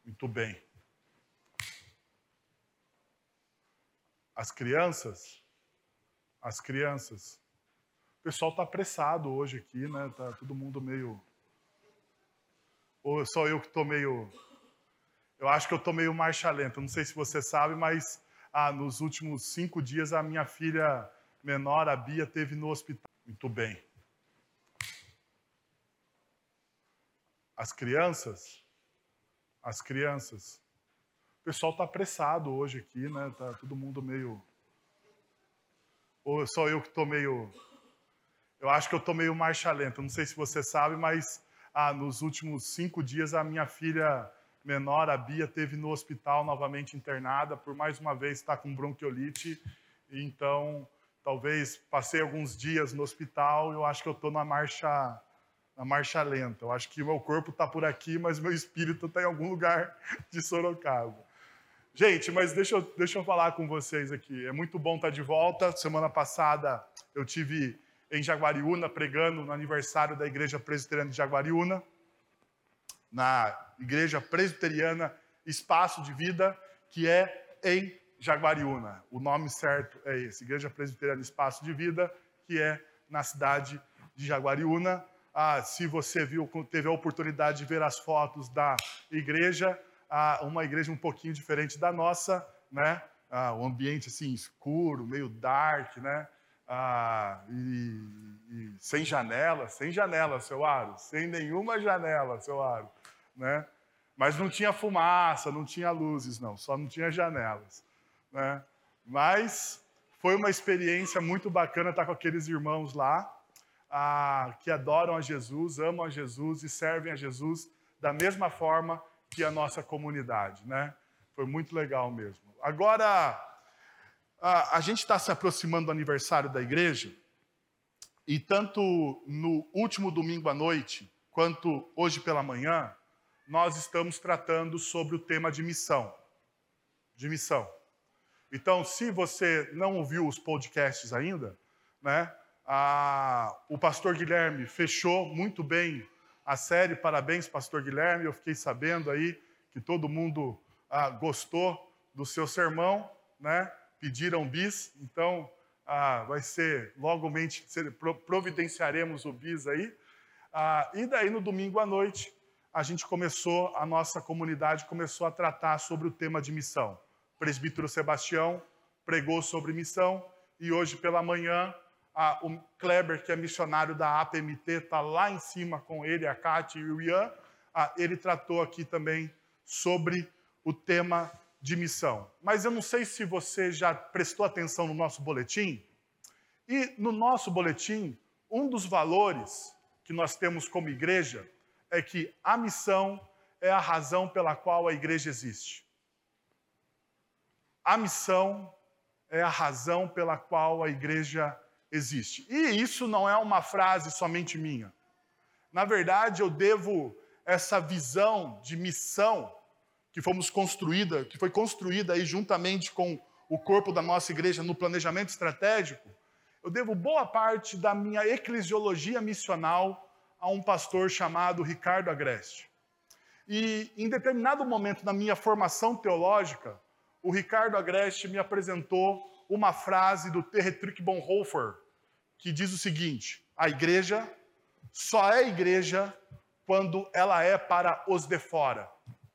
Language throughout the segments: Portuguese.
Muito bem. As crianças. O pessoal está apressado hoje aqui, né? Tá todo mundo meio... Ou só eu que estou meio... Eu acho que eu estou meio marcha lenta. Não sei se você sabe, mas nos últimos 5 dias a minha filha menor, a Bia, esteve no hospital. Muito bem. As crianças. O pessoal está apressado hoje aqui, né? Tá todo mundo meio... Ou só eu que estou meio... Eu acho que eu estou meio marcha lenta. Não sei se você sabe, mas nos últimos 5 dias a minha filha menor, a Bia, esteve no hospital novamente internada. Por mais uma vez está com bronquiolite. Então, talvez passei alguns dias no hospital. Eu acho que eu estou na marcha lenta. Eu acho que o meu corpo está por aqui, mas o meu espírito está em algum lugar de Sorocaba. Gente, mas deixa eu falar com vocês aqui. É muito bom estar de volta. Semana passada eu tive em Jaguariúna pregando no aniversário da Igreja Presbiteriana de Jaguariúna, na Igreja Presbiteriana Espaço de Vida, que é em Jaguariúna. O nome certo é esse, Igreja Presbiteriana Espaço de Vida, que é na cidade de Jaguariúna. Se você teve a oportunidade de ver as fotos da igreja, uma igreja um pouquinho diferente da nossa, né? Um ambiente assim escuro, meio dark, né? E sem janela, seu Aro, sem nenhuma janela, seu Aro, né? Mas não tinha fumaça, não tinha luzes, não, só não tinha janelas, né? Mas foi uma experiência muito bacana estar com aqueles irmãos lá, que adoram a Jesus, amam a Jesus e servem a Jesus da mesma forma que a nossa comunidade, né? Foi muito legal mesmo. Agora, a gente está se aproximando do aniversário da igreja e tanto no último domingo à noite quanto hoje pela manhã, nós estamos tratando sobre o tema de missão. Então, se você não ouviu os podcasts ainda, né? O pastor Guilherme fechou muito bem a série. Parabéns, pastor Guilherme. Eu fiquei sabendo aí que todo mundo gostou do seu sermão, né? Pediram bis, então vai ser, logamente, providenciaremos o bis aí. E daí, no domingo à noite, a nossa comunidade começou a tratar sobre o tema de missão. O presbítero Sebastião pregou sobre missão e hoje pela manhã, o Kleber, que é missionário da APMT, está lá em cima com ele, a Kátia e o Ian. Ele tratou aqui também sobre o tema de missão. Mas eu não sei se você já prestou atenção no nosso boletim. E no nosso boletim, um dos valores que nós temos como igreja é que a missão é a razão pela qual a igreja existe. A missão é a razão pela qual a igreja existe. E isso não é uma frase somente minha. Na verdade, eu devo essa visão de missão que foi construída aí juntamente com o corpo da nossa igreja no planejamento estratégico, eu devo boa parte da minha eclesiologia missional a um pastor chamado Ricardo Agreste. E em determinado momento da minha formação teológica, o Ricardo Agreste me apresentou uma frase do Dietrich Bonhoeffer, que diz o seguinte: a igreja só é igreja quando ela é para os de fora.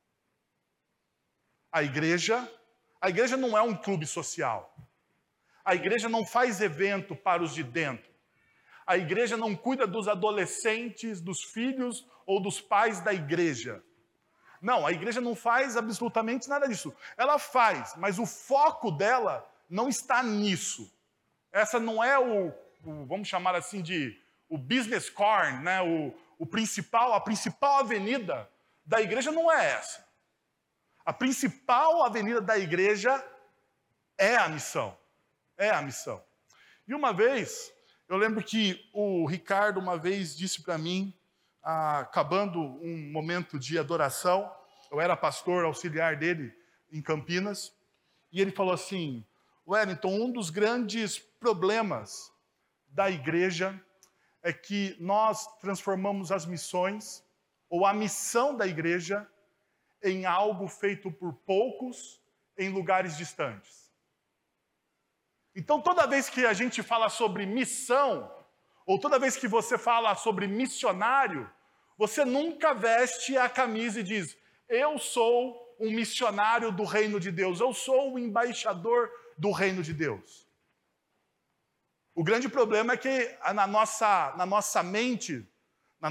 A igreja não é um clube social. A igreja não faz evento para os de dentro. A igreja não cuida dos adolescentes, dos filhos ou dos pais da igreja. Não, a igreja não faz absolutamente nada disso. Ela faz, mas o foco dela não está nisso. Essa não é vamos chamar assim de o business corn, né? A principal avenida da igreja não é essa. A principal avenida da igreja é a missão. É a missão. E uma vez, eu lembro que o Ricardo uma vez disse para mim, acabando um momento de adoração, eu era pastor auxiliar dele em Campinas, e ele falou assim: Wellington, um dos grandes problemas da igreja é que nós transformamos as missões, ou a missão da igreja, em algo feito por poucos em lugares distantes. Então, toda vez que a gente fala sobre missão, ou toda vez que você fala sobre missionário, você nunca veste a camisa e diz: eu sou um missionário do reino de Deus, eu sou um embaixador do reino de Deus. O grande problema é que na nossa mente, no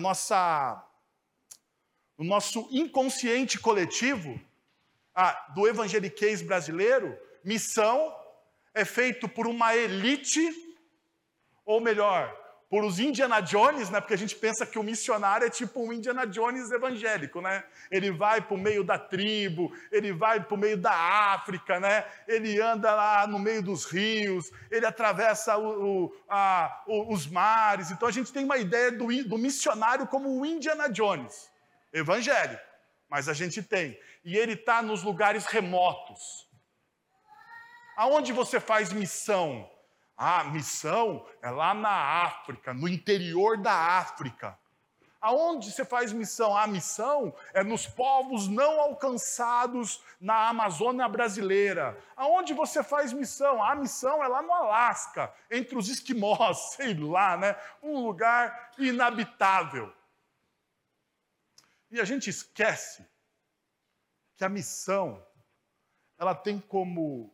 nosso inconsciente coletivo do evangeliquez brasileiro, missão é feito por uma elite, ou melhor, por os Indiana Jones, né? Porque a gente pensa que o missionário é tipo um Indiana Jones evangélico, né? Ele vai para o meio da tribo, ele vai para o meio da África, né? Ele anda lá no meio dos rios, ele atravessa os mares. Então a gente tem uma ideia do missionário como o Indiana Jones, evangélico, mas a gente tem. E ele está nos lugares remotos. Aonde você faz missão? Missão é lá na África, no interior da África. Aonde você faz missão? A missão é nos povos não alcançados na Amazônia brasileira. Aonde você faz missão? A missão é lá no Alasca, entre os esquimós, sei lá, né? Um lugar inabitável. E a gente esquece que a missão, ela tem como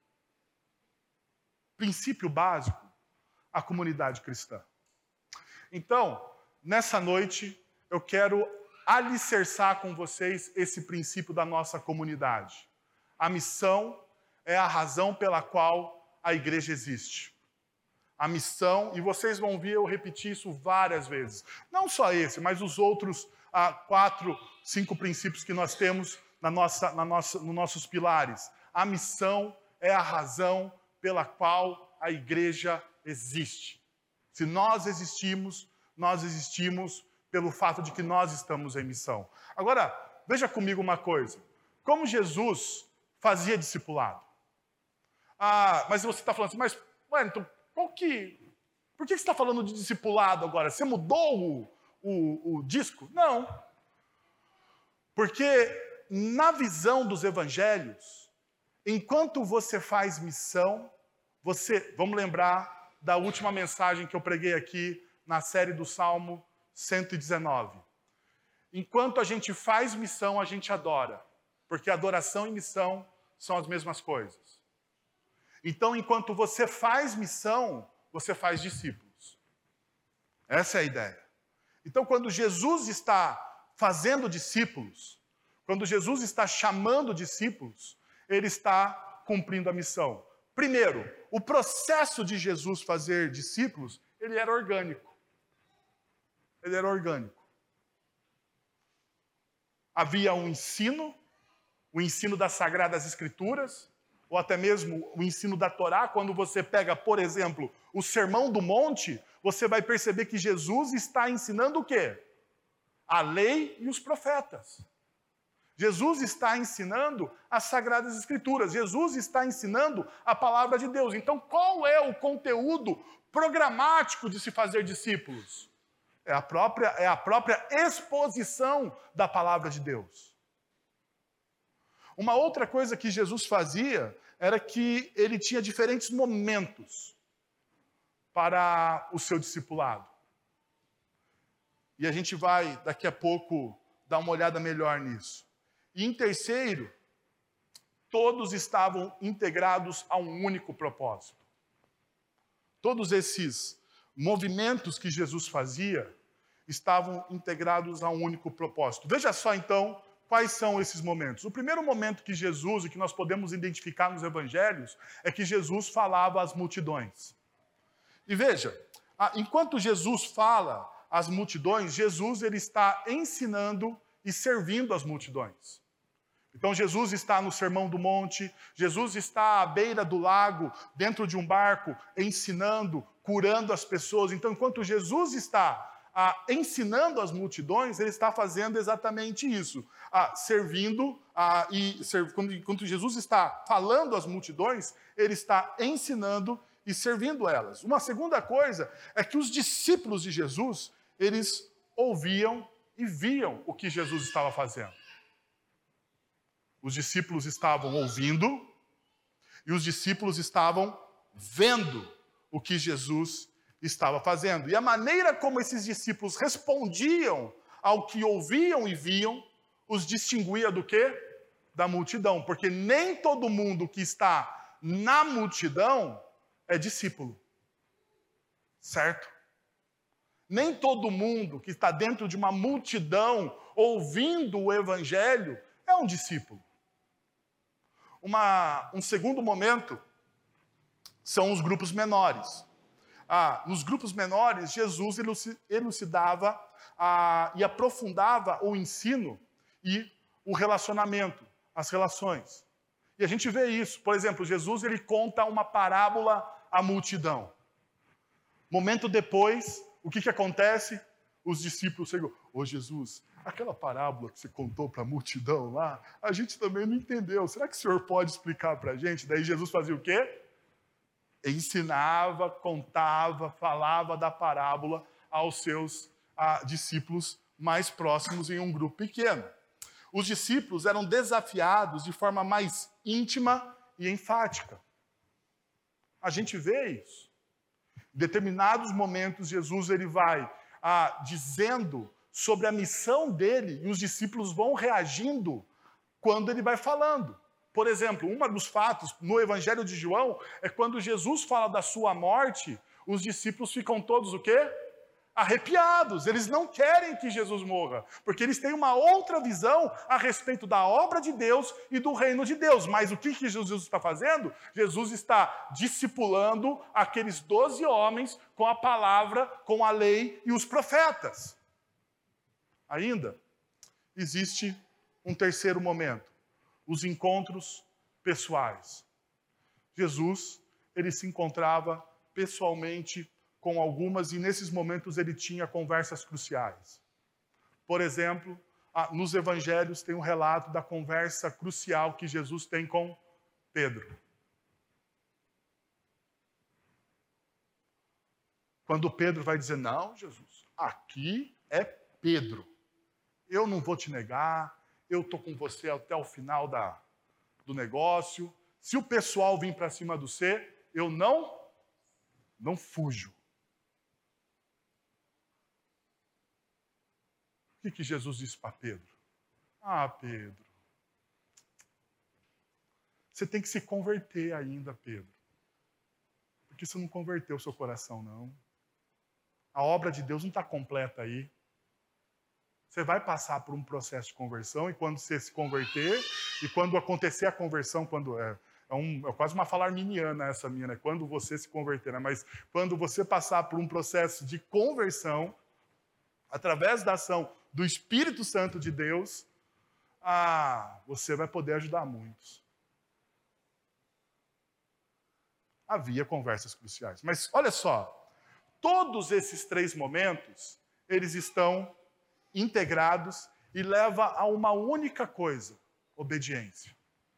princípio básico a comunidade cristã. Então, nessa noite, eu quero alicerçar com vocês esse princípio da nossa comunidade. A missão é a razão pela qual a igreja existe. A missão, e vocês vão ver eu repetir isso várias vezes. Não só esse, mas os outros 4, 5 princípios que nós temos nos nossos pilares. A missão é a razão pela qual a igreja existe. Se nós existimos pelo fato de que nós estamos em missão. Agora, veja comigo uma coisa. Como Jesus fazia discipulado? Mas você está falando assim, mas, então, por que você está falando de discipulado agora? Você mudou o disco? Não. Porque na visão dos evangelhos, enquanto você faz missão, vamos lembrar da última mensagem que eu preguei aqui na série do Salmo 119. Enquanto a gente faz missão, a gente adora, porque adoração e missão são as mesmas coisas. Então, enquanto você faz missão, você faz discípulos. Essa é a ideia. Então, quando Jesus está fazendo discípulos, quando Jesus está chamando discípulos, ele está cumprindo a missão. Primeiro, o processo de Jesus fazer discípulos, ele era orgânico. Ele era orgânico. Havia um ensino, o ensino das Sagradas Escrituras, ou até mesmo o ensino da Torá. Quando você pega, por exemplo, o Sermão do Monte, você vai perceber que Jesus está ensinando o quê? A lei e os profetas. Jesus está ensinando as Sagradas Escrituras. Jesus está ensinando a palavra de Deus. Então, qual é o conteúdo programático de se fazer discípulos? É a própria exposição da palavra de Deus. Uma outra coisa que Jesus fazia era que ele tinha diferentes momentos para o seu discipulado. E a gente vai, daqui a pouco, dar uma olhada melhor nisso. E em terceiro, todos estavam integrados a um único propósito. Todos esses movimentos que Jesus fazia estavam integrados a um único propósito. Veja só, então, quais são esses momentos. O primeiro momento que Jesus, e que nós podemos identificar nos evangelhos, é que Jesus falava às multidões. E veja, enquanto Jesus fala às multidões, Jesus ele está ensinando e servindo as multidões. Então Jesus está no Sermão do Monte, Jesus está à beira do lago, dentro de um barco, ensinando, curando as pessoas. Então, enquanto Jesus está ensinando as multidões, ele está fazendo exatamente isso, servindo, enquanto Jesus está falando às multidões, ele está ensinando e servindo elas. Uma segunda coisa é que os discípulos de Jesus, eles ouviam e viam o que Jesus estava fazendo. Os discípulos estavam ouvindo e os discípulos estavam vendo o que Jesus estava fazendo. E a maneira como esses discípulos respondiam ao que ouviam e viam, os distinguia do quê? Da multidão. Porque nem todo mundo que está na multidão é discípulo. Certo? Nem todo mundo que está dentro de uma multidão ouvindo o evangelho é um discípulo. Um segundo momento são os grupos menores. Nos grupos menores, Jesus elucidava e aprofundava o ensino e o relacionamento, as relações. E a gente vê isso. Por exemplo, Jesus ele conta uma parábola à multidão. Momento depois, o que acontece? Os discípulos chegam, Jesus, aquela parábola que você contou para a multidão lá, a gente também não entendeu. Será que o senhor pode explicar para a gente? Daí Jesus fazia o quê? Ensinava, contava, falava da parábola aos seus discípulos mais próximos em um grupo pequeno. Os discípulos eram desafiados de forma mais íntima e enfática. A gente vê isso. Em determinados momentos, Jesus ele vai dizendo sobre a missão dele e os discípulos vão reagindo quando ele vai falando. Por exemplo, um dos fatos no Evangelho de João é quando Jesus fala da sua morte, os discípulos ficam todos o quê? Arrepiados. Eles não querem que Jesus morra, porque eles têm uma outra visão a respeito da obra de Deus e do reino de Deus. Mas o que Jesus está fazendo? Jesus está discipulando aqueles 12 homens com a palavra, com a lei e os profetas. Ainda existe um terceiro momento. Os encontros pessoais. Jesus, ele se encontrava pessoalmente com algumas e nesses momentos ele tinha conversas cruciais. Por exemplo, nos evangelhos tem um relato da conversa crucial que Jesus tem com Pedro. Quando Pedro vai dizer, não, Jesus, aqui é Pedro. Eu não vou te negar, eu estou com você até o final do negócio. Se o pessoal vir para cima do você, eu não fujo. O que Jesus disse para Pedro? Pedro, você tem que se converter ainda, Pedro. Porque você não converteu o seu coração, não. A obra de Deus não está completa aí. Você vai passar por um processo de conversão e quando você se converter, e quando acontecer a conversão, quando é quase uma fala arminiana essa minha, né? Quando você se converter, né? Mas quando você passar por um processo de conversão, através da ação do Espírito Santo de Deus, você vai poder ajudar muitos. Havia conversas cruciais. Mas olha só, todos esses 3 momentos, eles estão integrados e levam a uma única coisa, obediência.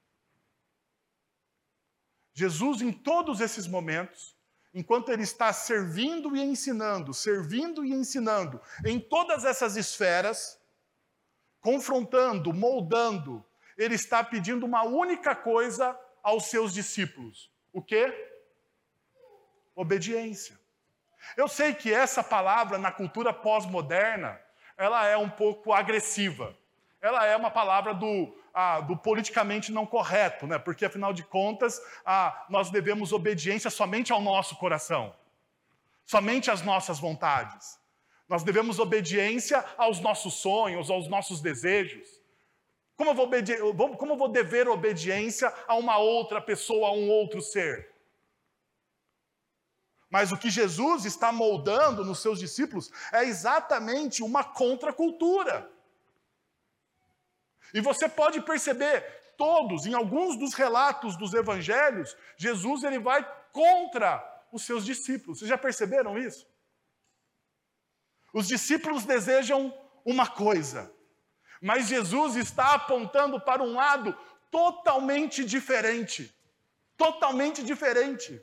Jesus, em todos esses momentos, enquanto ele está servindo e ensinando, em todas essas esferas, confrontando, moldando, ele está pedindo uma única coisa aos seus discípulos. O quê? Obediência. Eu sei que essa palavra, na cultura pós-moderna, ela é um pouco agressiva. Ela é uma palavra do politicamente não correto, né? Porque, afinal de contas, nós devemos obediência somente ao nosso coração, somente às nossas vontades. Nós devemos obediência aos nossos sonhos, aos nossos desejos. Como eu vou dever obediência a uma outra pessoa, a um outro ser? Mas o que Jesus está moldando nos seus discípulos é exatamente uma contracultura. E você pode perceber, em alguns dos relatos dos evangelhos, Jesus ele vai contra os seus discípulos. Vocês já perceberam isso? Os discípulos desejam uma coisa, mas Jesus está apontando para um lado totalmente diferente. Totalmente diferente.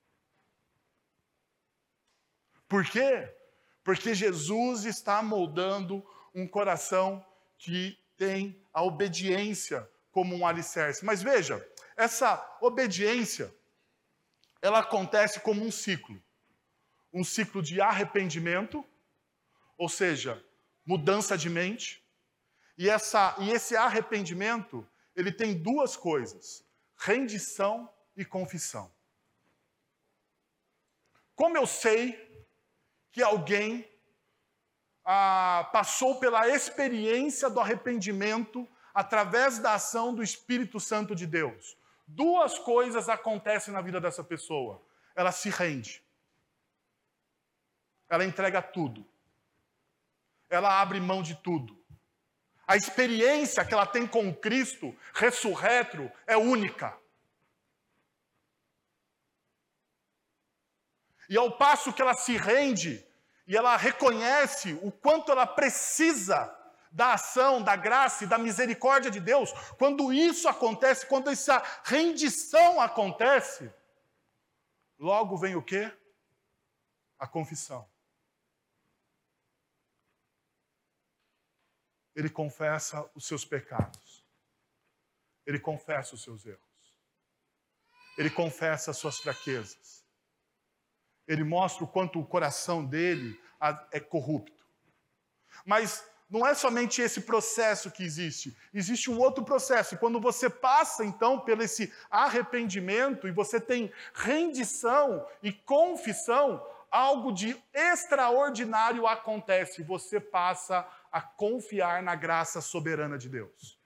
Por quê? Porque Jesus está moldando um coração que tem a obediência como um alicerce. Mas veja, essa obediência, ela acontece como um ciclo. Um ciclo de arrependimento, ou seja, mudança de mente. E esse arrependimento, ele tem duas coisas: rendição e confissão. Como eu sei que alguém passou pela experiência do arrependimento através da ação do Espírito Santo de Deus? Duas coisas acontecem na vida dessa pessoa. Ela se rende. Ela entrega tudo. Ela abre mão de tudo. A experiência que ela tem com Cristo ressurreto é única. E ao passo que ela se rende e ela reconhece o quanto ela precisa da ação, da graça e da misericórdia de Deus, quando isso acontece, quando essa rendição acontece, logo vem o quê? A confissão. Ele confessa os seus pecados. Ele confessa os seus erros. Ele confessa as suas fraquezas. Ele mostra o quanto o coração dele é corrupto. Mas não é somente esse processo que existe. Existe um outro processo. E quando você passa, então, pelo esse arrependimento e você tem rendição e confissão, algo de extraordinário acontece. Você passa a confiar na graça soberana de Deus.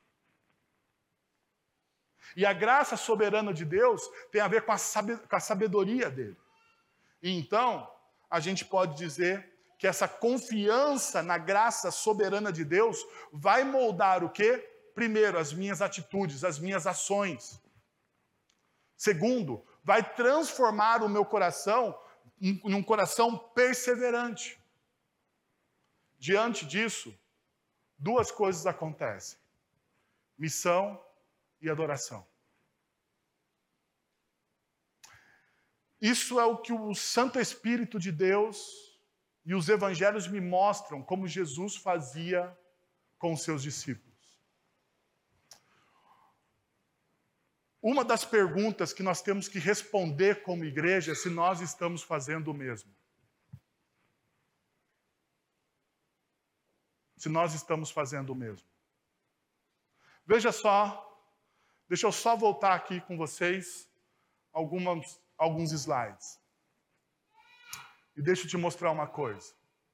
E a graça soberana de Deus tem a ver com a sabedoria dele. E então, a gente pode dizer que essa confiança na graça soberana de Deus vai moldar o quê? Primeiro, as minhas atitudes, as minhas ações. Segundo, vai transformar o meu coração em um coração perseverante. Diante disso, duas coisas acontecem: missão e adoração. Isso é o que o Santo Espírito de Deus e os evangelhos me mostram como Jesus fazia com os seus discípulos. Uma das perguntas que nós temos que responder como igreja é se nós estamos fazendo o mesmo. Se nós estamos fazendo o mesmo. Veja só, deixa eu só voltar aqui com vocês alguns slides. E deixa eu te mostrar uma coisa.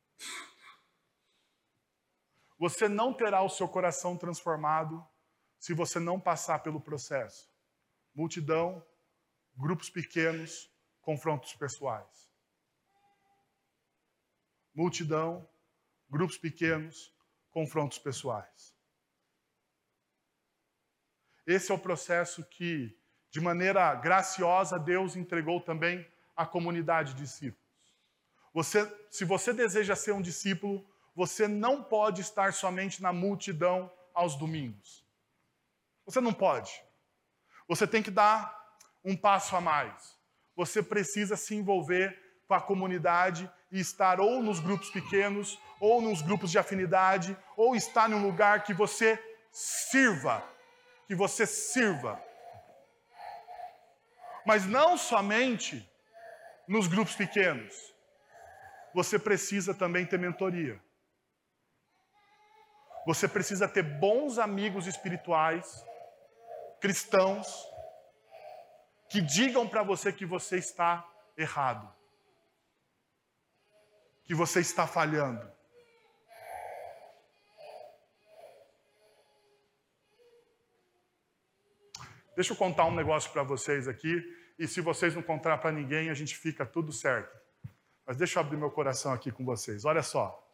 Você não terá o seu coração transformado se você não passar pelo processo. Multidão, grupos pequenos, confrontos pessoais. Multidão, grupos pequenos, confrontos pessoais. Esse é o processo que, de maneira graciosa, Deus entregou também à comunidade de discípulos. Se você deseja ser um discípulo, você não pode estar somente na multidão aos domingos. Você não pode. Você tem que dar um passo a mais. Você precisa se envolver com a comunidade e estar ou nos grupos pequenos, ou nos grupos de afinidade, ou estar em um lugar que você sirva. Que você sirva. Mas não somente nos grupos pequenos. Você precisa também ter mentoria. Você precisa ter bons amigos espirituais, cristãos, que digam para você que você está errado. Que você está falhando. Deixa eu contar um negócio para vocês aqui, e se vocês não contar para ninguém, a gente fica tudo certo. Mas deixa eu abrir meu coração aqui com vocês. Olha só.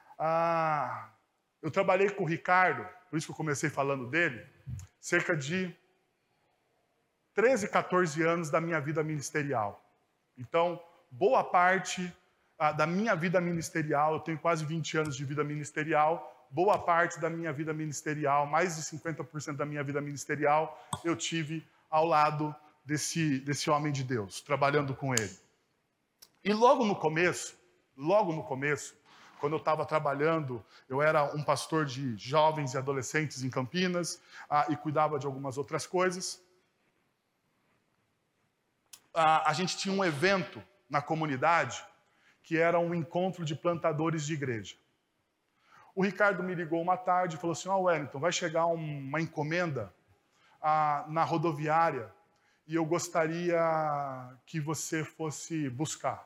Eu trabalhei com o Ricardo, por isso que eu comecei falando dele, cerca de 13, 14 anos da minha vida ministerial. Então, boa parte da minha vida ministerial, eu tenho quase 20 anos de vida ministerial, boa parte da minha vida ministerial, mais de 50% da minha vida ministerial, eu tive ao lado desse homem de Deus, trabalhando com ele. E logo no começo, quando eu estava trabalhando, eu era um pastor de jovens e adolescentes em Campinas, e cuidava de algumas outras coisas. A gente tinha um evento na comunidade que era um encontro de plantadores de igreja. O Ricardo me ligou uma tarde e falou assim: Wellington, vai chegar uma encomenda na rodoviária e eu gostaria que você fosse buscar.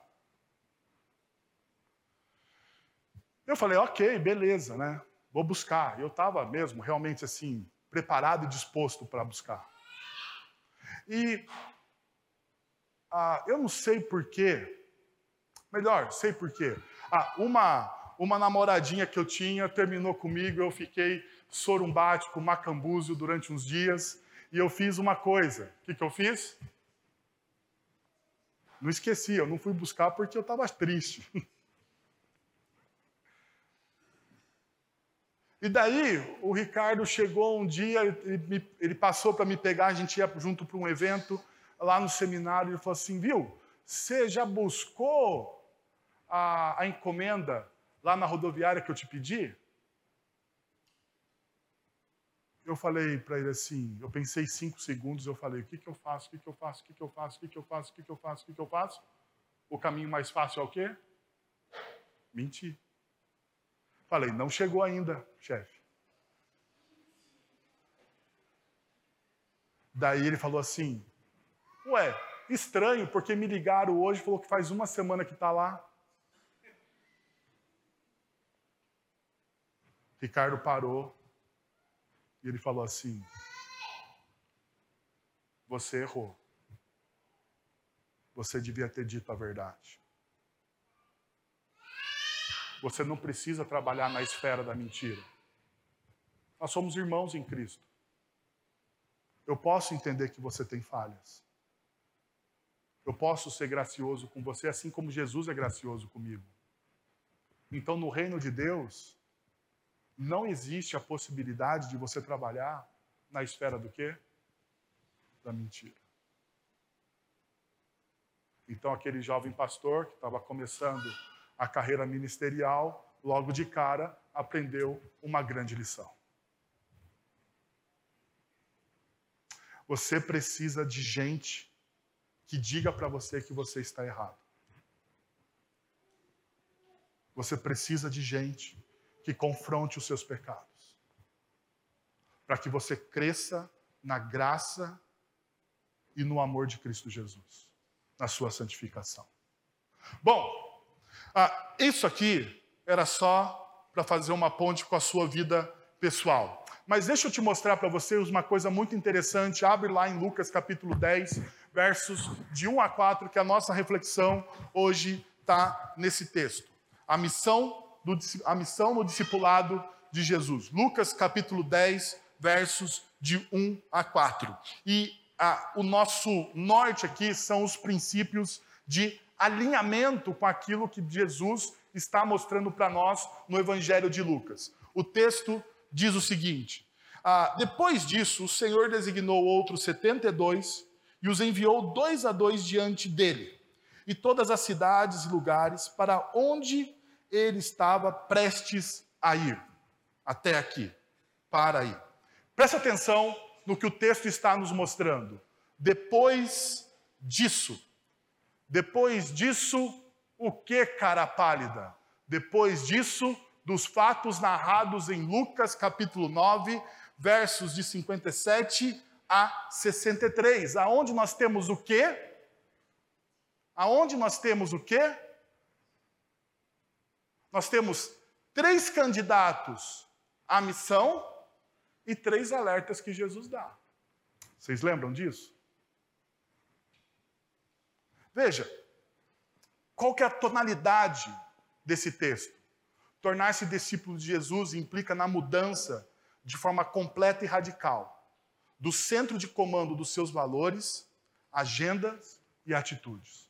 Eu falei, ok, beleza, né? Vou buscar. Eu estava mesmo realmente assim, preparado e disposto para buscar. E eu não sei porquê, melhor, sei porquê. Uma namoradinha que eu tinha terminou comigo, eu fiquei sorumbático, macambúzio durante uns dias, e eu fiz uma coisa. O que eu fiz? Não esqueci, eu não fui buscar porque eu estava triste. E daí, o Ricardo chegou um dia, ele passou para me pegar, a gente ia junto para um evento lá no seminário, ele falou assim, viu, você já buscou a encomenda lá na rodoviária que eu te pedi? Eu falei para ele assim, eu pensei 5 segundos, eu falei, o que eu faço, o que eu faço, o que eu faço, o que eu faço, o que eu faço, o que eu faço? O caminho mais fácil é o quê? Mentir. Falei, não chegou ainda, chefe. Daí ele falou assim, ué, estranho, porque me ligaram hoje e falou que faz 1 semana que está lá. Ricardo parou e ele falou assim, você errou. Você devia ter dito a verdade. Você não precisa trabalhar na esfera da mentira. Nós somos irmãos em Cristo. Eu posso entender que você tem falhas. Eu posso ser gracioso com você, assim como Jesus é gracioso comigo. Então, no reino de Deus, não existe a possibilidade de você trabalhar na esfera do quê? Da mentira. Então, aquele jovem pastor que estava começando a carreira ministerial, logo de cara, aprendeu uma grande lição. Você precisa de gente que diga para você que você está errado. Você precisa de gente que confronte os seus pecados. Para que você cresça na graça e no amor de Cristo Jesus, na sua santificação. Bom, isso aqui era só para fazer uma ponte com a sua vida pessoal. Mas deixa eu te mostrar para vocês uma coisa muito interessante. Abre lá em Lucas capítulo 10, versos de 1 a 4, que a nossa reflexão hoje está nesse texto. A missão no discipulado de Jesus. Lucas capítulo 10, versos de 1 a 4. E o nosso norte aqui são os princípios de alinhamento com aquilo que Jesus está mostrando para nós no Evangelho de Lucas. O texto diz o seguinte, depois disso, o Senhor designou outros 72 e os enviou 2 a 2 diante dele, e todas as cidades e lugares para onde ele estava prestes a ir. Até aqui, para aí. Presta atenção no que o texto está nos mostrando. Depois disso, o que, cara pálida? Depois disso, dos fatos narrados em Lucas capítulo 9, versos de 57 a 63. Aonde nós temos o quê? Aonde nós temos o quê? Nós temos 3 candidatos à missão e 3 alertas que Jesus dá. Vocês lembram disso? Veja, qual que é a tonalidade desse texto? Tornar-se discípulo de Jesus implica na mudança de forma completa e radical do centro de comando dos seus valores, agendas e atitudes.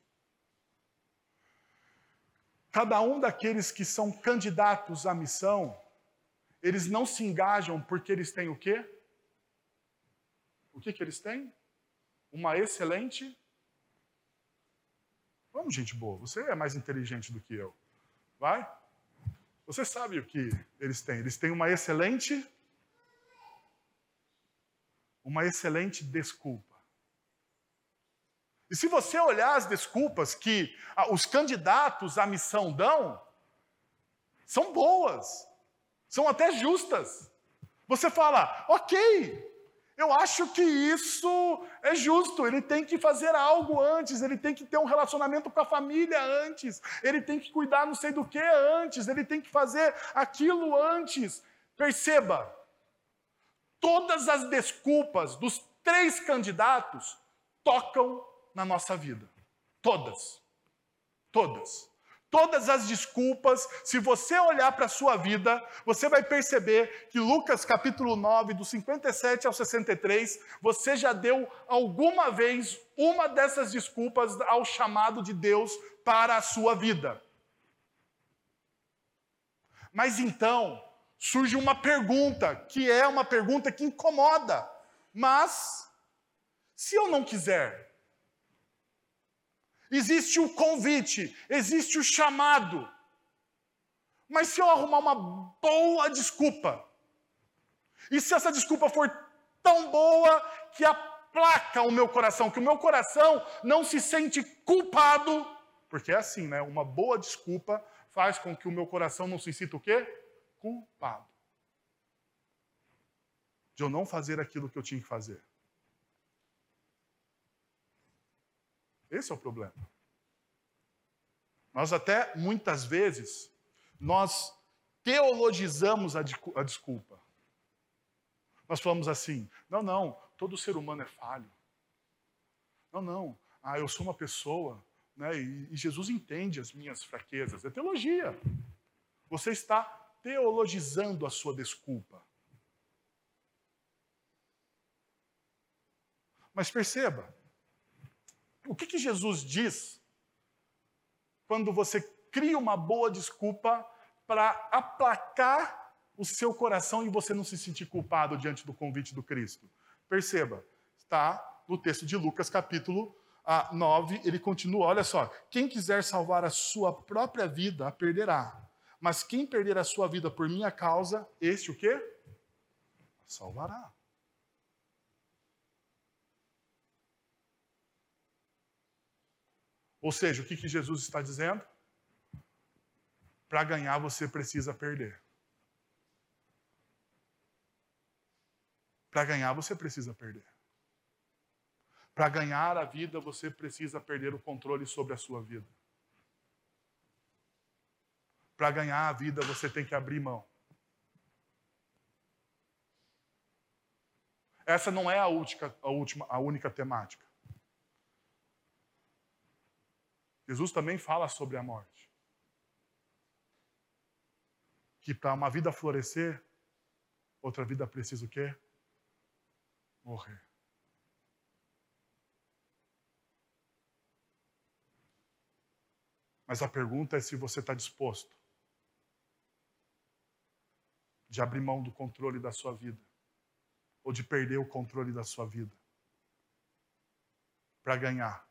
Cada um daqueles que são candidatos à missão, eles não se engajam porque eles têm o quê? O que eles têm? Uma excelente... Vamos, gente boa, você é mais inteligente do que eu. Vai? Você sabe o que eles têm? Eles têm uma excelente desculpa. E se você olhar as desculpas que os candidatos à missão dão, são boas, são até justas. Você fala, ok, eu acho que isso é justo, ele tem que fazer algo antes, ele tem que ter um relacionamento com a família antes, ele tem que cuidar não sei do que antes, ele tem que fazer aquilo antes. Perceba, todas as desculpas dos 3 candidatos tocam na nossa vida. Todas. Todas. Todas as desculpas, se você olhar para a sua vida, você vai perceber que Lucas capítulo 9, do 57 ao 63, você já deu alguma vez uma dessas desculpas ao chamado de Deus para a sua vida. Mas então, surge uma pergunta, que é uma pergunta que incomoda. Mas, se eu não quiser? Existe o convite, existe o chamado. Mas se eu arrumar uma boa desculpa, e se essa desculpa for tão boa que aplaca o meu coração, que o meu coração não se sente culpado, porque é assim, né? Uma boa desculpa faz com que o meu coração não se sinta o quê? Culpado. De eu não fazer aquilo que eu tinha que fazer. Esse é o problema. Nós até, muitas vezes, nós teologizamos a desculpa. Nós falamos assim, não, todo ser humano é falho. Não, eu sou uma pessoa, né, e Jesus entende as minhas fraquezas. É teologia. Você está teologizando a sua desculpa. Mas perceba, o que Jesus diz quando você cria uma boa desculpa para aplacar o seu coração e você não se sentir culpado diante do convite do Cristo? Perceba, está no texto de Lucas, capítulo 9, ele continua, olha só, quem quiser salvar a sua própria vida, a perderá. Mas quem perder a sua vida por minha causa, este o quê? Salvará. Ou seja, o que Jesus está dizendo? Para ganhar, você precisa perder. Para ganhar, você precisa perder. Para ganhar a vida, você precisa perder o controle sobre a sua vida. Para ganhar a vida, você tem que abrir mão. Essa não é a única temática. Jesus também fala sobre a morte. Que para uma vida florescer, outra vida precisa o quê? Morrer. Mas a pergunta é se você está disposto de abrir mão do controle da sua vida, ou de perder o controle da sua vida, para ganhar.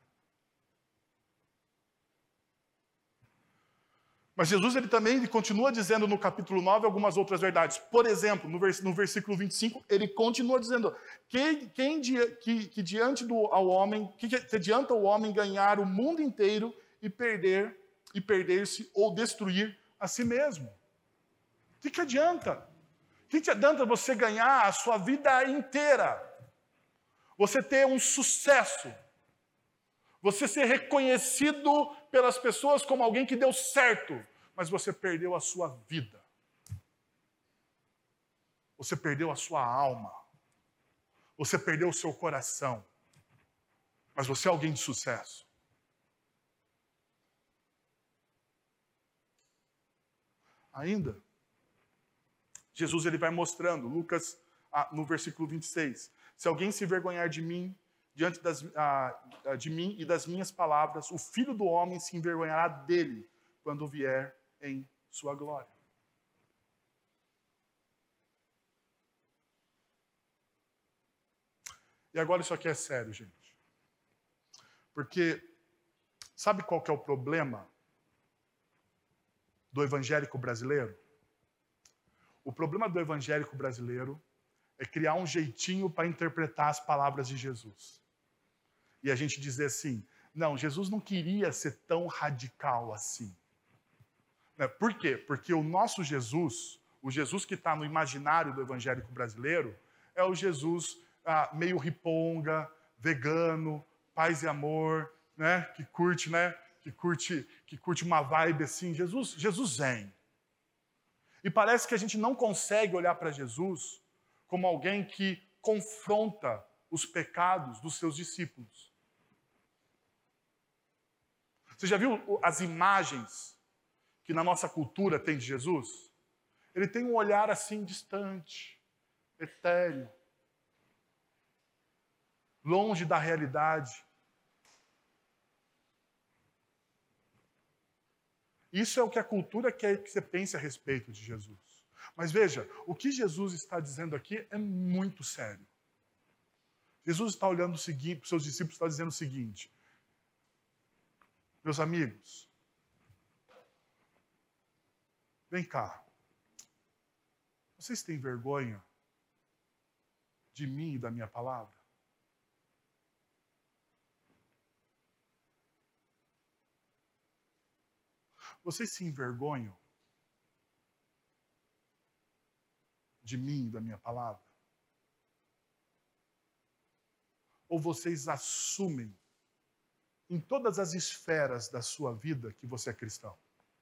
Mas Jesus ele também continua dizendo no capítulo 9 algumas outras verdades. Por exemplo, no versículo 25, ele continua dizendo que adianta o homem ganhar o mundo inteiro e perder-se ou destruir a si mesmo? O que adianta? O que adianta você ganhar a sua vida inteira? Você ter um sucesso? Você ser reconhecido pelas pessoas como alguém que deu certo, mas você perdeu a sua vida. Você perdeu a sua alma. Você perdeu o seu coração. Mas você é alguém de sucesso. Ainda, Jesus ele vai mostrando, Lucas, no versículo 26, se alguém se envergonhar de mim, diante de mim e das minhas palavras, o Filho do Homem se envergonhará dele quando vier em sua glória. E agora isso aqui é sério, gente. Porque sabe qual que é o problema do evangélico brasileiro? O problema do evangélico brasileiro é criar um jeitinho para interpretar as palavras de Jesus. E a gente dizer assim, não, Jesus não queria ser tão radical assim. Por quê? Porque o nosso Jesus, o Jesus que está no imaginário do evangélico brasileiro, é o Jesus meio riponga, vegano, paz e amor, né? Que curte uma vibe assim, Jesus zen. E parece que a gente não consegue olhar para Jesus como alguém que confronta os pecados dos seus discípulos. Você já viu as imagens que na nossa cultura tem de Jesus? Ele tem um olhar assim distante, etéreo, longe da realidade. Isso é o que a cultura quer que você pense a respeito de Jesus. Mas veja, o que Jesus está dizendo aqui é muito sério. Jesus está olhando o seguinte, para os seus discípulos está dizendo o seguinte: meus amigos, vem cá. Vocês têm vergonha de mim e da minha palavra? Vocês se envergonham de mim e da minha palavra? Ou vocês assumem em todas as esferas da sua vida que você é cristão?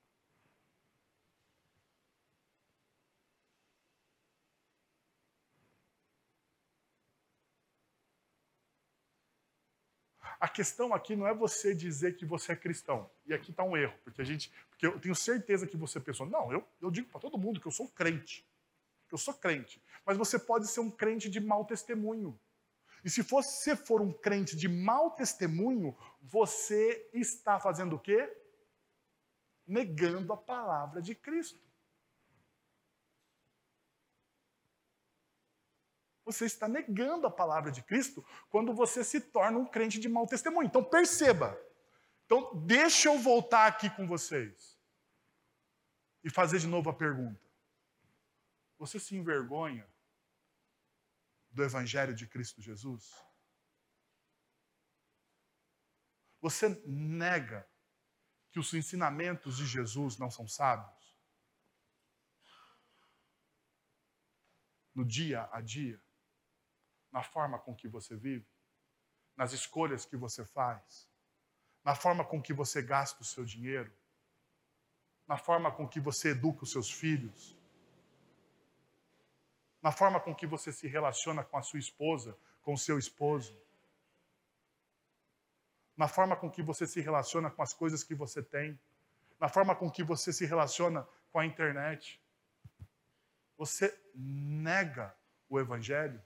A questão aqui não é você dizer que você é cristão. E aqui está um erro, porque eu tenho certeza que você pensou, não, eu digo para todo mundo que eu sou crente. Que eu sou crente. Mas você pode ser um crente de mau testemunho. E se você for um crente de mau testemunho, você está fazendo o quê? Negando a palavra de Cristo. Você está negando a palavra de Cristo quando você se torna um crente de mau testemunho. Então perceba. Então deixa eu voltar aqui com vocês e fazer de novo a pergunta. Você se envergonha do Evangelho de Cristo Jesus? Você nega que os ensinamentos de Jesus não são sábios? No dia a dia? Na forma com que você vive? Nas escolhas que você faz? Na forma com que você gasta o seu dinheiro? Na forma com que você educa os seus filhos? Na forma com que você se relaciona com a sua esposa, com o seu esposo? Na forma com que você se relaciona com as coisas que você tem? Na forma com que você se relaciona com a internet? Você nega o Evangelho?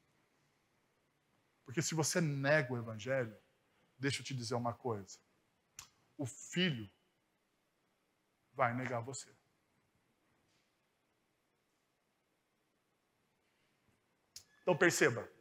Porque se você nega o Evangelho, deixa eu te dizer uma coisa. O Filho vai negar você. Então perceba.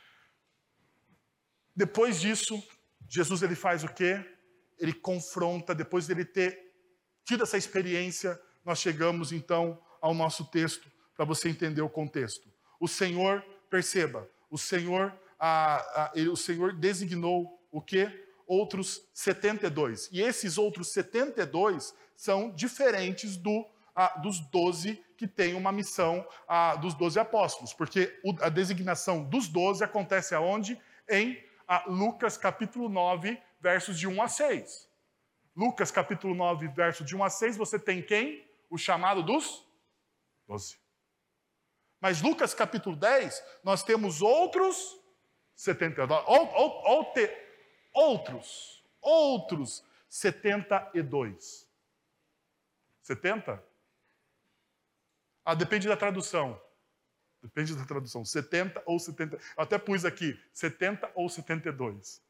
Depois disso, Jesus ele faz o quê? Ele confronta, depois de ele ter tido essa experiência, nós chegamos então ao nosso texto para você entender o contexto. O Senhor, perceba, o Senhor designou o quê? Outros 72. E esses outros 72 são diferentes dos 12 que têm uma missão dos 12 apóstolos. Porque a designação dos 12 acontece aonde? Em Lucas capítulo 9, versos de 1 a 6. Lucas capítulo 9, versos de 1 a 6, você tem quem? O chamado dos 12. Mas Lucas capítulo 10, nós temos outros 72. Outros 72. 70? Depende da tradução. Depende da tradução. 70 ou 70. Eu até pus aqui, 70 ou 72.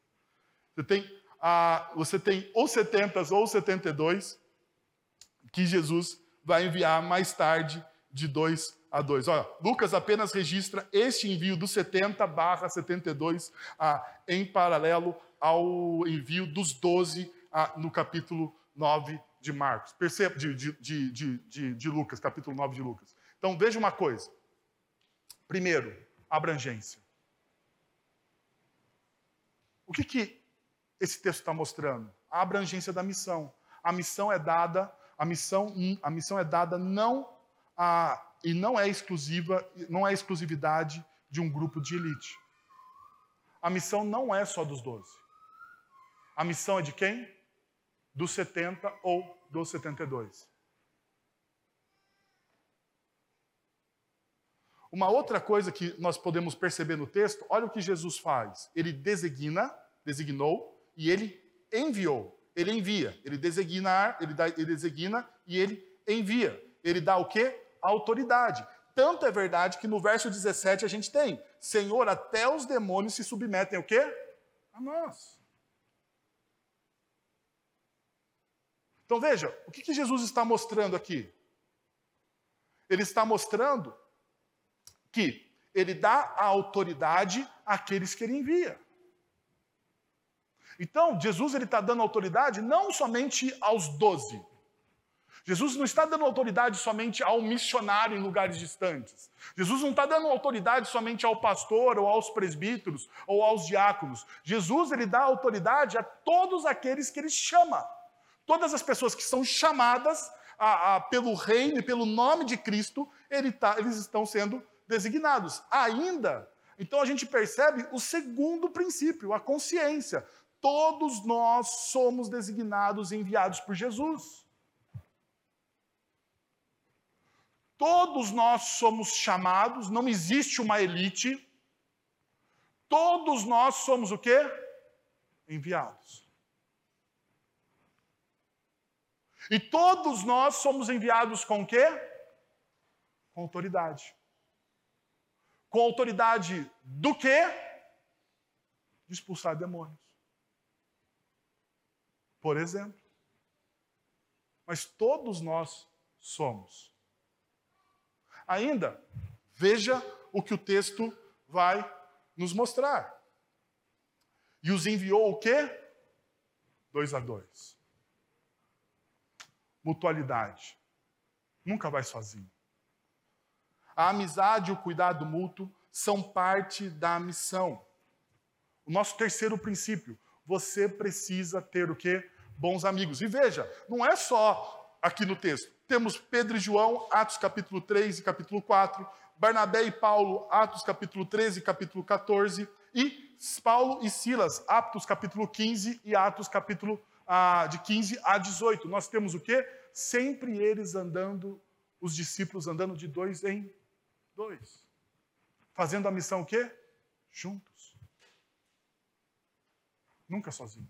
Você tem ou 70 ou 72 que Jesus vai enviar mais tarde de 2 a 2. Olha, Lucas apenas registra este envio dos 70/72 em paralelo ao envio dos 12 no capítulo 9 de Marcos. Perceba, de Lucas, capítulo 9 de Lucas. Então veja uma coisa. Primeiro, abrangência. O que esse texto está mostrando? A abrangência da missão. A missão é dada e não é exclusividade de um grupo de elite. A missão não é só dos 12. A missão é de quem? Dos 70 ou dos 72. Uma outra coisa que nós podemos perceber no texto, olha o que Jesus faz. Ele designou e ele enviou. Ele envia. Ele designa e ele envia. Ele dá o quê? Autoridade. Tanto é verdade que no verso 17 a gente tem: Senhor, até os demônios se submetem ao quê? A nós. Então veja, o que Jesus está mostrando aqui? Ele está mostrando que ele dá a autoridade àqueles que ele envia. Então, Jesus está dando autoridade não somente aos 12. Jesus não está dando autoridade somente ao missionário em lugares distantes. Jesus não está dando autoridade somente ao pastor, ou aos presbíteros, ou aos diáconos. Jesus, ele dá autoridade a todos aqueles que ele chama. Todas as pessoas que são chamadas pelo reino e pelo nome de Cristo, eles estão sendo designados. Ainda, então a gente percebe o segundo princípio, a consciência. Todos nós somos designados e enviados por Jesus. Todos nós somos chamados, não existe uma elite. Todos nós somos o quê? Enviados. E todos nós somos enviados com o quê? Com autoridade. Com autoridade do quê? De expulsar demônios. Por exemplo. Mas todos nós somos. Ainda, veja o que o texto vai nos mostrar. E os enviou o quê? 2 a 2. Mutualidade. Nunca vai sozinho. A amizade e o cuidado mútuo são parte da missão. O nosso terceiro princípio. Você precisa ter o quê? Bons amigos. E veja, não é só aqui no texto. Temos Pedro e João, Atos capítulo 3 e capítulo 4. Barnabé e Paulo, Atos capítulo 13 e capítulo 14. E Paulo e Silas, Atos capítulo 15 e Atos capítulo de 15 a 18. Nós temos o quê? Sempre eles andando, os discípulos andando de 2 em 2. Fazendo a missão o quê? Juntos. Nunca sozinhos.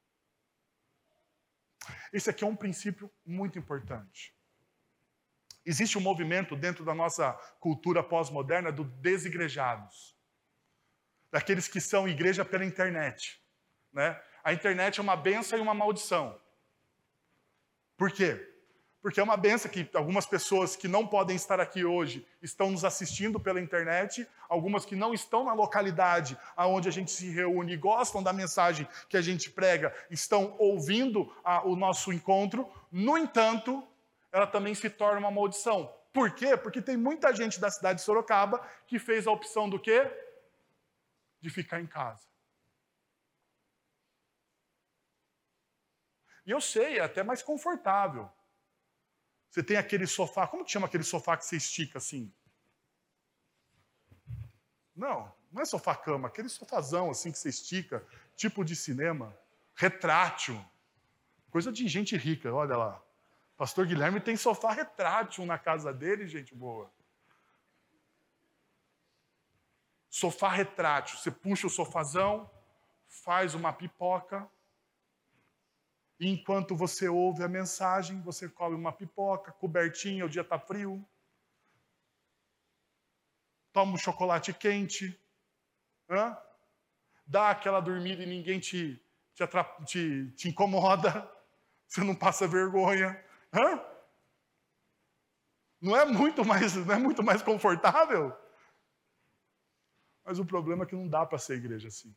Esse aqui é um princípio muito importante. Existe um movimento dentro da nossa cultura pós-moderna do desigrejados. Daqueles que são igreja pela internet. Né? A internet é uma bênção e uma maldição. Por quê? Porque é uma bênção que algumas pessoas que não podem estar aqui hoje estão nos assistindo pela internet, algumas que não estão na localidade onde a gente se reúne e gostam da mensagem que a gente prega, estão ouvindo o nosso encontro. No entanto, ela também se torna uma maldição. Por quê? Porque tem muita gente da cidade de Sorocaba que fez a opção do quê? De ficar em casa. E eu sei, é até mais confortável. Você tem aquele sofá, como que chama aquele sofá que você estica assim? Não é sofá-cama, aquele sofazão assim que você estica, tipo de cinema, retrátil. Coisa de gente rica, olha lá. Pastor Guilherme tem sofá retrátil na casa dele, gente boa. Sofá retrátil, você puxa o sofazão, faz uma pipoca, e enquanto você ouve a mensagem, você come uma pipoca, cobertinha, o dia está frio. Toma um chocolate quente. Dá aquela dormida e ninguém te incomoda. Você não passa vergonha. Não é muito mais confortável? Mas o problema é que não dá para ser igreja assim.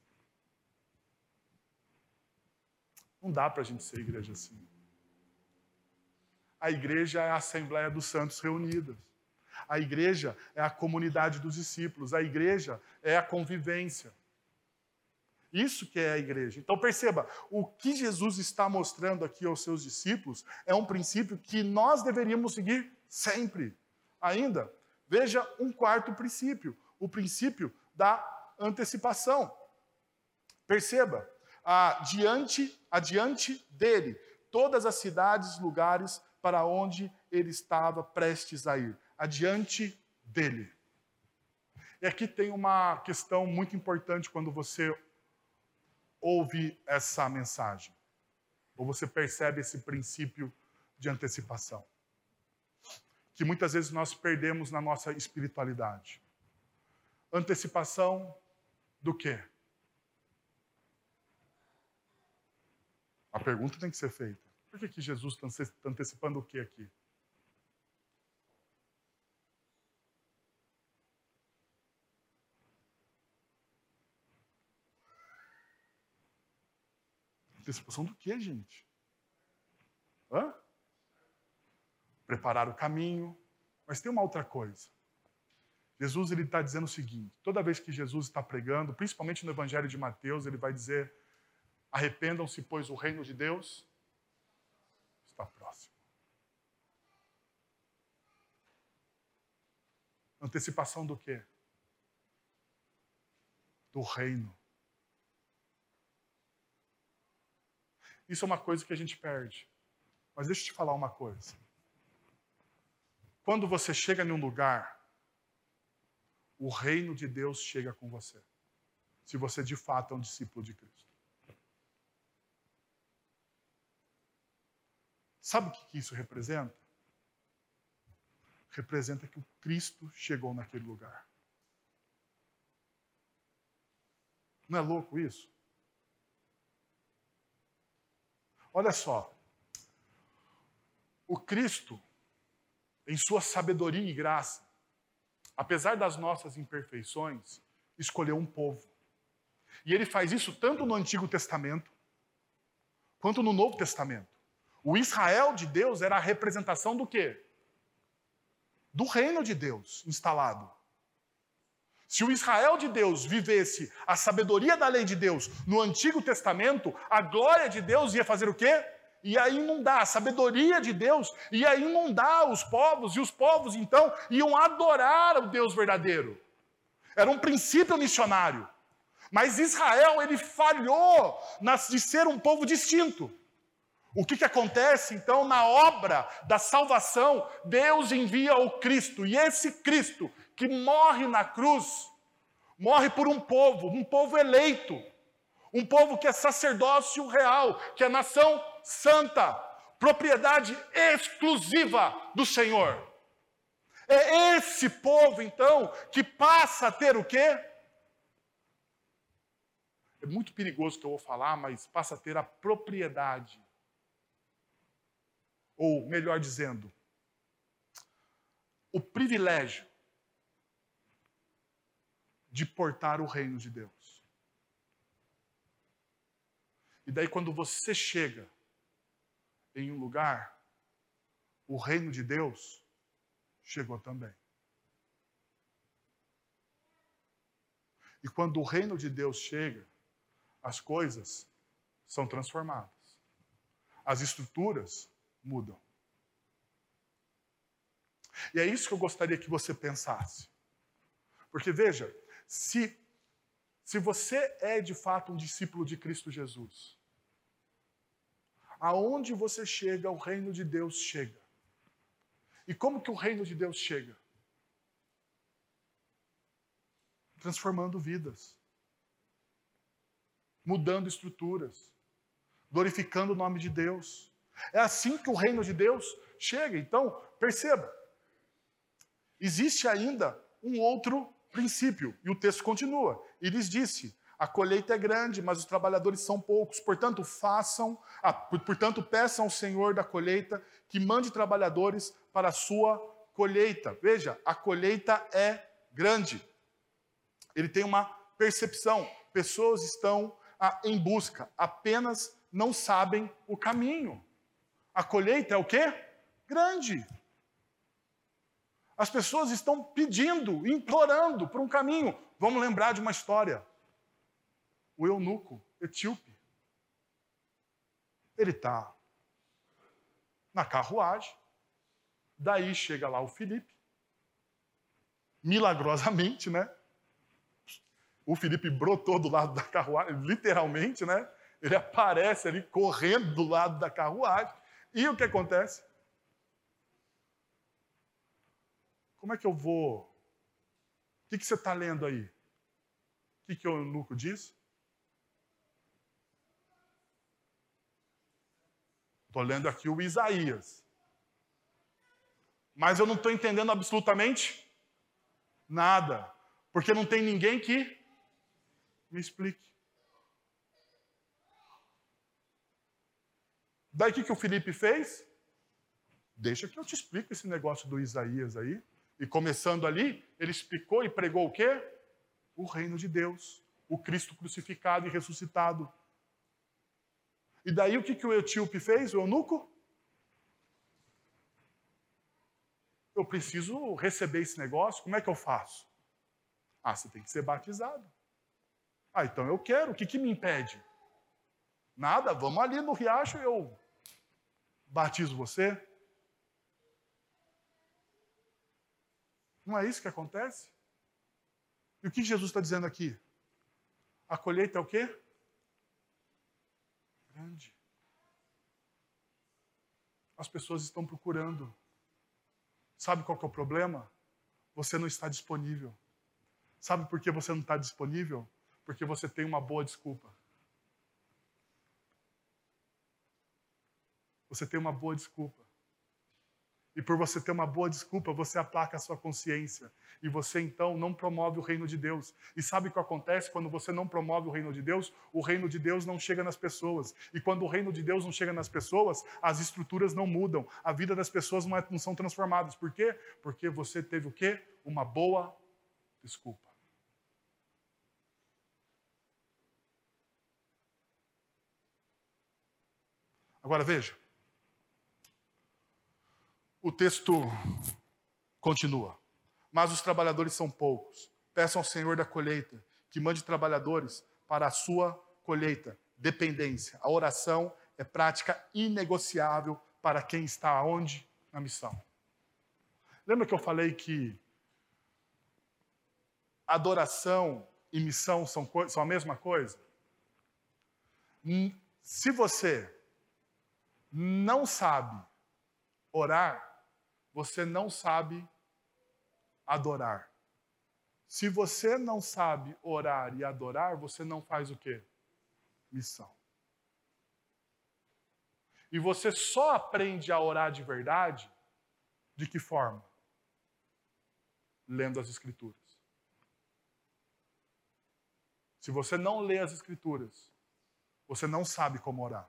Não dá para a gente ser igreja assim. A igreja é a Assembleia dos Santos reunidas. A igreja é a comunidade dos discípulos. A igreja é a convivência. Isso que é a igreja. Então perceba, o que Jesus está mostrando aqui aos seus discípulos é um princípio que nós deveríamos seguir sempre. Ainda, veja um quarto princípio, o da antecipação. Perceba, adiante dele, todas as cidades, lugares para onde ele estava prestes a ir. Adiante dele. E aqui tem uma questão muito importante quando você ouve essa mensagem, ou você percebe esse princípio de antecipação, que muitas vezes nós perdemos na nossa espiritualidade. Antecipação do quê? A pergunta tem que ser feita. Por que Jesus está antecipando o quê aqui? Antecipação do quê, gente? Preparar o caminho. Mas tem uma outra coisa. Jesus está dizendo o seguinte, toda vez que Jesus está pregando, principalmente no Evangelho de Mateus, ele vai dizer, arrependam-se, pois o reino de Deus está próximo. Antecipação do quê? Do reino. Isso é uma coisa que a gente perde. Mas deixa eu te falar uma coisa. Quando você chega em um lugar, o reino de Deus chega com você. Se você de fato é um discípulo de Cristo. Sabe o que isso representa? Representa que o Cristo chegou naquele lugar. Não é louco isso? Olha só. O Cristo, em sua sabedoria e graça, apesar das nossas imperfeições, escolheu um povo. E ele faz isso tanto no Antigo Testamento, quanto no Novo Testamento. O Israel de Deus era a representação do quê? Do reino de Deus instalado. Se o Israel de Deus vivesse a sabedoria da lei de Deus no Antigo Testamento, a glória de Deus ia fazer o quê? Ia inundar, a sabedoria de Deus ia inundar os povos, e os povos, então, iam adorar o Deus verdadeiro. Era um princípio missionário. Mas Israel, ele falhou de ser um povo distinto. O que acontece, então, na obra da salvação? Deus envia o Cristo, e esse Cristo que morre na cruz, morre por um povo eleito, um povo que é sacerdócio real, que é nação santa, propriedade exclusiva do Senhor. É esse povo, então, que passa a ter o quê? É muito perigoso o que eu vou falar, mas passa a ter a propriedade. Ou, melhor dizendo, o privilégio de portar o reino de Deus. E daí, quando você chega em um lugar, o reino de Deus chegou também. E quando o reino de Deus chega, as coisas são transformadas. As estruturas mudam. E é isso que eu gostaria que você pensasse. Porque veja, se você é de fato um discípulo de Cristo Jesus, aonde você chega, o reino de Deus chega. E como que o reino de Deus chega? Transformando vidas. Mudando estruturas. Glorificando o nome de Deus. É assim que o reino de Deus chega. Então, perceba. Existe ainda um outro princípio. E o texto continua. E lhes disse, a colheita é grande, mas os trabalhadores são poucos. Portanto, peçam ao Senhor da colheita que mande trabalhadores para a sua colheita. Veja, a colheita é grande. Ele tem uma percepção. Pessoas estão em busca, apenas não sabem o caminho. A colheita é o quê? Grande. As pessoas estão pedindo, implorando por um caminho. Vamos lembrar de uma história. O eunuco etíope. Ele está na carruagem. Daí chega lá o Filipe. Milagrosamente, né? O Filipe brotou do lado da carruagem, literalmente, né? Ele aparece ali correndo do lado da carruagem. E o que acontece? Como é que eu vou? O que você está lendo aí? O que o eunuco diz? Estou lendo aqui o Isaías. Mas eu não estou entendendo absolutamente nada. Porque não tem ninguém que me explique. Daí o que o Filipe fez? Deixa que eu te explico esse negócio do Isaías aí. E começando ali, ele explicou e pregou o quê? O reino de Deus. O Cristo crucificado e ressuscitado. E daí o que o etíope fez, o eunuco? Eu preciso receber esse negócio, como é que eu faço? Ah, você tem que ser batizado. Ah, então eu quero, o que me impede? Nada, vamos ali no riacho e eu batizo você. Não é isso que acontece? E o que Jesus está dizendo aqui? A colheita é o quê? Grande. As pessoas estão procurando. Sabe qual que é o problema? Você não está disponível. Sabe por que você não está disponível? Porque você tem uma boa desculpa. Você tem uma boa desculpa. E por você ter uma boa desculpa, você aplaca a sua consciência. E você, então, não promove o reino de Deus. E sabe o que acontece quando você não promove o reino de Deus? O reino de Deus não chega nas pessoas. E quando o reino de Deus não chega nas pessoas, as estruturas não mudam. A vida das pessoas não são transformadas. Por quê? Porque você teve o quê? Uma boa desculpa. Agora veja. O texto continua. Mas os trabalhadores são poucos. Peçam ao Senhor da colheita que mande trabalhadores para a sua colheita. Dependência. A oração é prática inegociável para quem está onde? Na missão. Lembra que eu falei que adoração e missão são a mesma coisa? Se você não sabe orar, você não sabe adorar. Se você não sabe orar e adorar, você não faz o quê? Missão. E você só aprende a orar de verdade, de que forma? Lendo as Escrituras. Se você não lê as Escrituras, você não sabe como orar.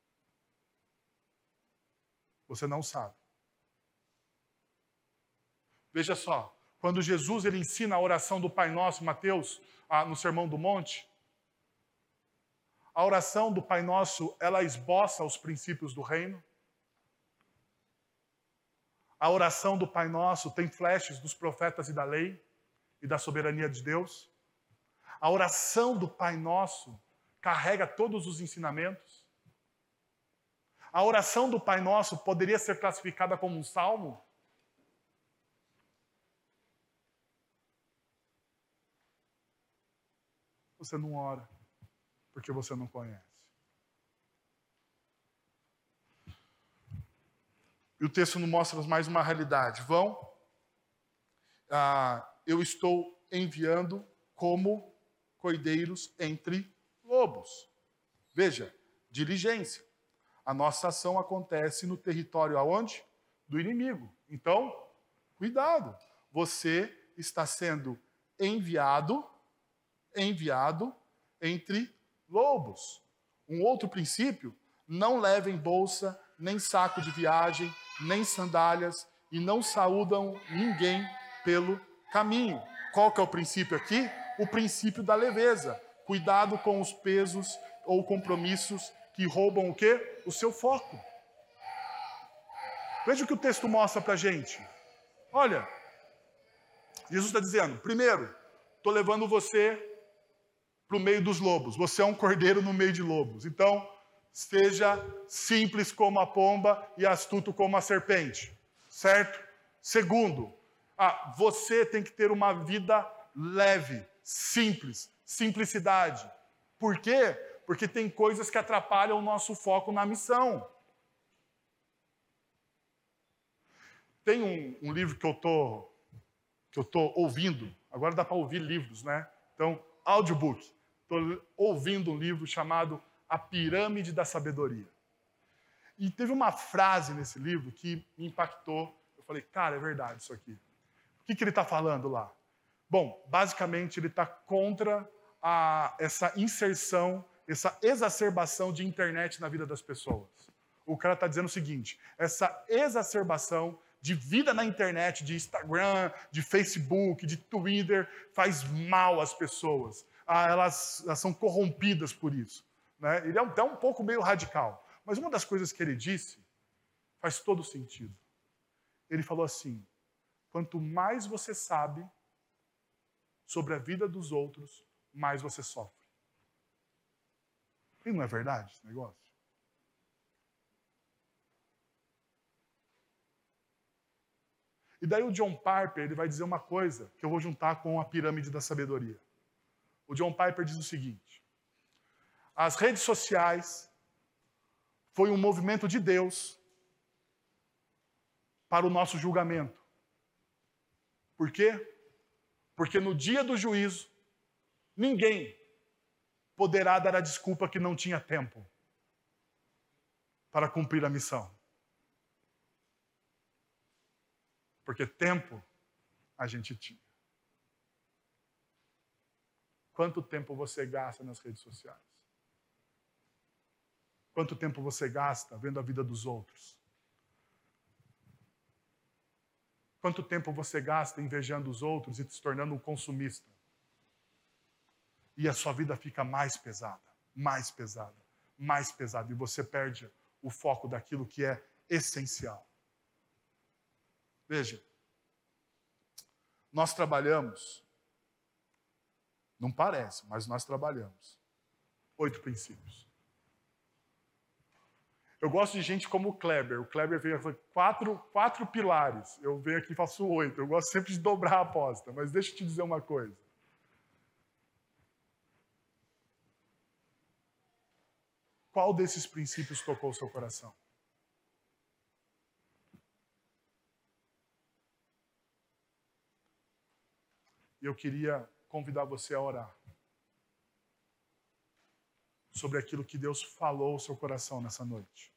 Você não sabe. Veja só, quando Jesus ele ensina a oração do Pai Nosso, Mateus, no Sermão do Monte, a oração do Pai Nosso, ela esboça os princípios do reino. A oração do Pai Nosso tem flashes dos profetas e da lei e da soberania de Deus. A oração do Pai Nosso carrega todos os ensinamentos. A oração do Pai Nosso poderia ser classificada como um salmo. Você não ora, porque você não conhece. E o texto nos mostra mais uma realidade. Eu estou enviando como coideiros entre lobos. Veja, diligência. A nossa ação acontece no território aonde? Do inimigo. Então, cuidado. Você está sendo enviado entre lobos. Um outro princípio, não levem bolsa, nem saco de viagem, nem sandálias, e não saúdam ninguém pelo caminho. Qual que é o princípio aqui? O princípio da leveza. Cuidado com os pesos ou compromissos que roubam o quê? O seu foco. Veja o que o texto mostra pra gente. Olha, Jesus está dizendo, primeiro, estou levando você para o meio dos lobos. Você é um cordeiro no meio de lobos. Então, seja simples como a pomba e astuto como a serpente. Certo? Segundo, você tem que ter uma vida leve, simples, simplicidade. Por quê? Porque tem coisas que atrapalham o nosso foco na missão. Tem um livro que eu tô ouvindo, agora dá para ouvir livros, né? Então, audiobook. Estou ouvindo um livro chamado A Pirâmide da Sabedoria. E teve uma frase nesse livro que me impactou. Eu falei, cara, é verdade isso aqui. O que ele está falando lá? Bom, basicamente ele está contra essa inserção, essa exacerbação de internet na vida das pessoas. O cara está dizendo o seguinte, essa exacerbação de vida na internet, de Instagram, de Facebook, de Twitter, faz mal às pessoas. Elas são corrompidas por isso. Né? Ele é até um pouco meio radical. Mas uma das coisas que ele disse faz todo sentido. Ele falou assim, quanto mais você sabe sobre a vida dos outros, mais você sofre. E não é verdade esse negócio? E daí o John Piper ele vai dizer uma coisa que eu vou juntar com a pirâmide da sabedoria. O John Piper diz o seguinte, as redes sociais foi um movimento de Deus para o nosso julgamento. Por quê? Porque no dia do juízo, ninguém poderá dar a desculpa que não tinha tempo para cumprir a missão. Porque tempo a gente tinha. Quanto tempo você gasta nas redes sociais? Quanto tempo você gasta vendo a vida dos outros? Quanto tempo você gasta invejando os outros e se tornando um consumista? E a sua vida fica mais pesada, mais pesada, mais pesada. E você perde o foco daquilo que é essencial. Veja, nós trabalhamos, não parece, mas nós trabalhamos 8 princípios. Eu gosto de gente como o Kleber. O Kleber veio e falou 4 pilares. Eu venho aqui e faço 8. Eu gosto sempre de dobrar a aposta. Mas deixa eu te dizer uma coisa. Qual desses princípios tocou o seu coração? E eu queria convidar você a orar sobre aquilo que Deus falou ao seu coração nessa noite.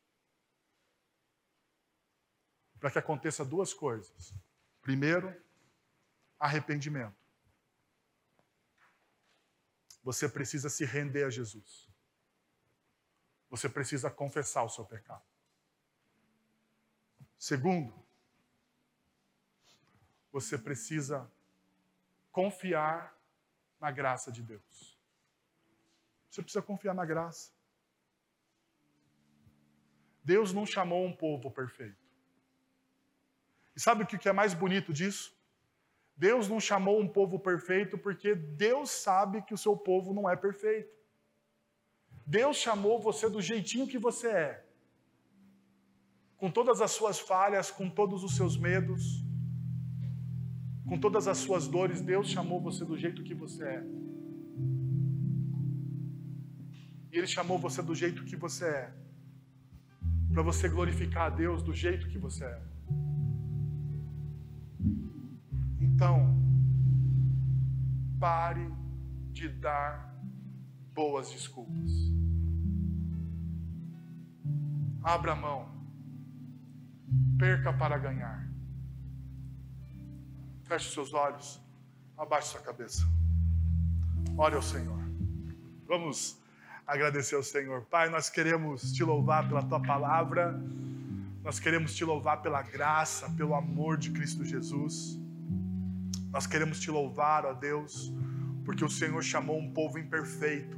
Para que aconteça 2 coisas. Primeiro, arrependimento. Você precisa se render a Jesus. Você precisa confessar o seu pecado. Segundo, você precisa confiar na graça de Deus. Você precisa confiar na graça. Deus não chamou um povo perfeito. E sabe o que é mais bonito disso? Deus não chamou um povo perfeito porque Deus sabe que o seu povo não é perfeito. Deus chamou você do jeitinho que você é. Com todas as suas falhas, com todos os seus medos, com todas as suas dores, Deus chamou você do jeito que você é. E Ele chamou você do jeito que você é. Para você glorificar a Deus do jeito que você é. Então, pare de dar boas desculpas. Abra a mão. Perca para ganhar. Feche os seus olhos. Abaixe sua cabeça. Ore ao Senhor. Vamos agradecer ao Senhor. Pai, nós queremos te louvar pela tua palavra. Nós queremos te louvar pela graça, pelo amor de Cristo Jesus. Nós queremos te louvar, ó Deus, porque o Senhor chamou um povo imperfeito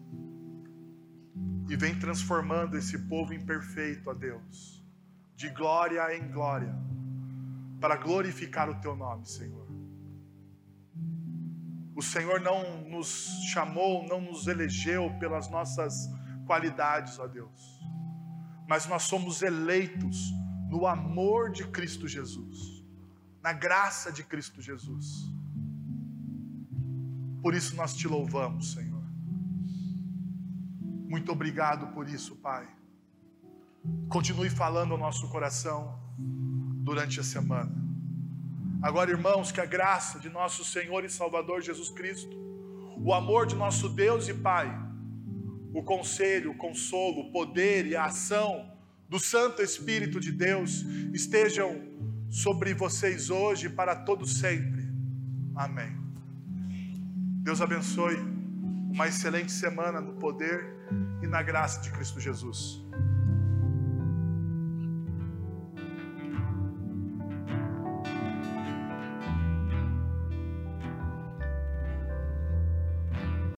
e vem transformando esse povo imperfeito, ó Deus, de glória em glória, para glorificar o teu nome, Senhor. O Senhor não nos chamou, não nos elegeu pelas nossas qualidades, ó Deus, mas nós somos eleitos no amor de Cristo Jesus, na graça de Cristo Jesus. Por isso nós te louvamos, Senhor. Muito obrigado por isso, Pai. Continue falando ao nosso coração durante a semana. Agora, irmãos, que a graça de nosso Senhor e Salvador Jesus Cristo, o amor de nosso Deus e Pai, o conselho, o consolo, o poder e a ação do Santo Espírito de Deus estejam sobre vocês hoje e para todo sempre. Amém. Deus abençoe. Uma excelente semana no poder e na graça de Cristo Jesus.